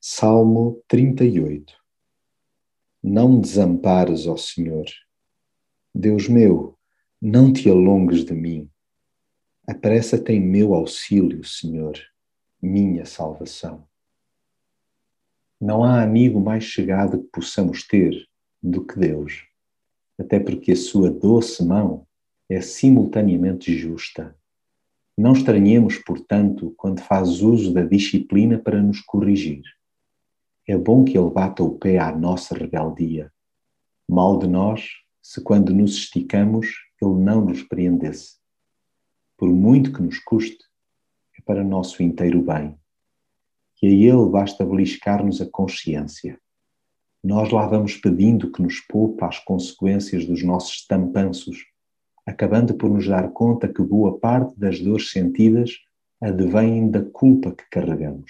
Salmo 38. Não me desampares, ó Senhor. Deus meu, não te alongues de mim. Apressa-te em meu auxílio, Senhor, minha salvação. Não há amigo mais chegado que possamos ter do que Deus, até porque a sua doce mão é simultaneamente justa. Não estranhemos, portanto, quando faz uso da disciplina para nos corrigir. É bom que Ele bata o pé à nossa rebeldia. Mal de nós, se quando nos esticamos, Ele não nos repreendesse. Por muito que nos custe, é para nosso inteiro bem. E a Ele basta beliscar-nos a consciência. Nós lá vamos pedindo que nos poupe às consequências dos nossos estampanços, acabando por nos dar conta que boa parte das dores sentidas advêm da culpa que carregamos.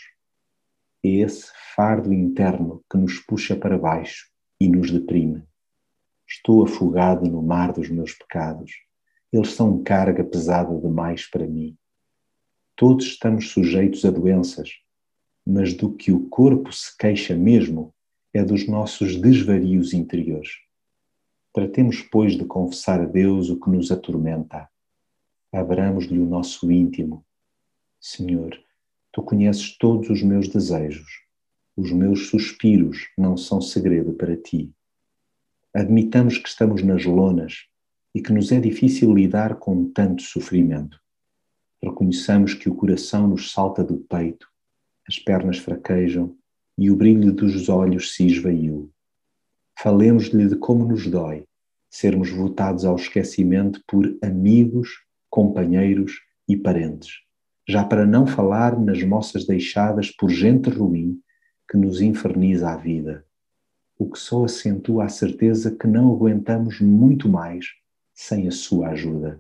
É esse fardo interno que nos puxa para baixo e nos deprime. Estou afogado no mar dos meus pecados. Eles são carga pesada demais para mim. Todos estamos sujeitos a doenças, mas do que o corpo se queixa mesmo é dos nossos desvarios interiores. Tratemos, pois, de confessar a Deus o que nos atormenta. Abramos-lhe o nosso íntimo. Senhor, Tu conheces todos os meus desejos. Os meus suspiros não são segredo para Ti. Admitamos que estamos nas lonas e que nos é difícil lidar com tanto sofrimento. Reconheçamos que o coração nos salta do peito, as pernas fraquejam e o brilho dos olhos se esvaiu. Falemos-lhe de como nos dói sermos votados ao esquecimento por amigos, companheiros e parentes, já para não falar nas moças deixadas por gente ruim que nos inferniza a vida, o que só acentua a certeza que não aguentamos muito mais sem a sua ajuda.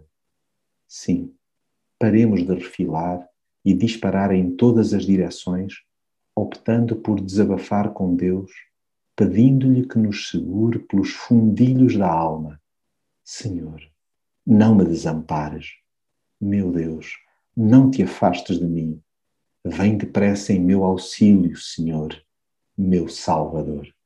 Sim, paremos de refilar e disparar em todas as direções, optando por desabafar com Deus, pedindo-lhe que nos segure pelos fundilhos da alma. Senhor, não me desampares. Meu Deus, não te afastes de mim. Vem depressa em meu auxílio, Senhor, meu Salvador.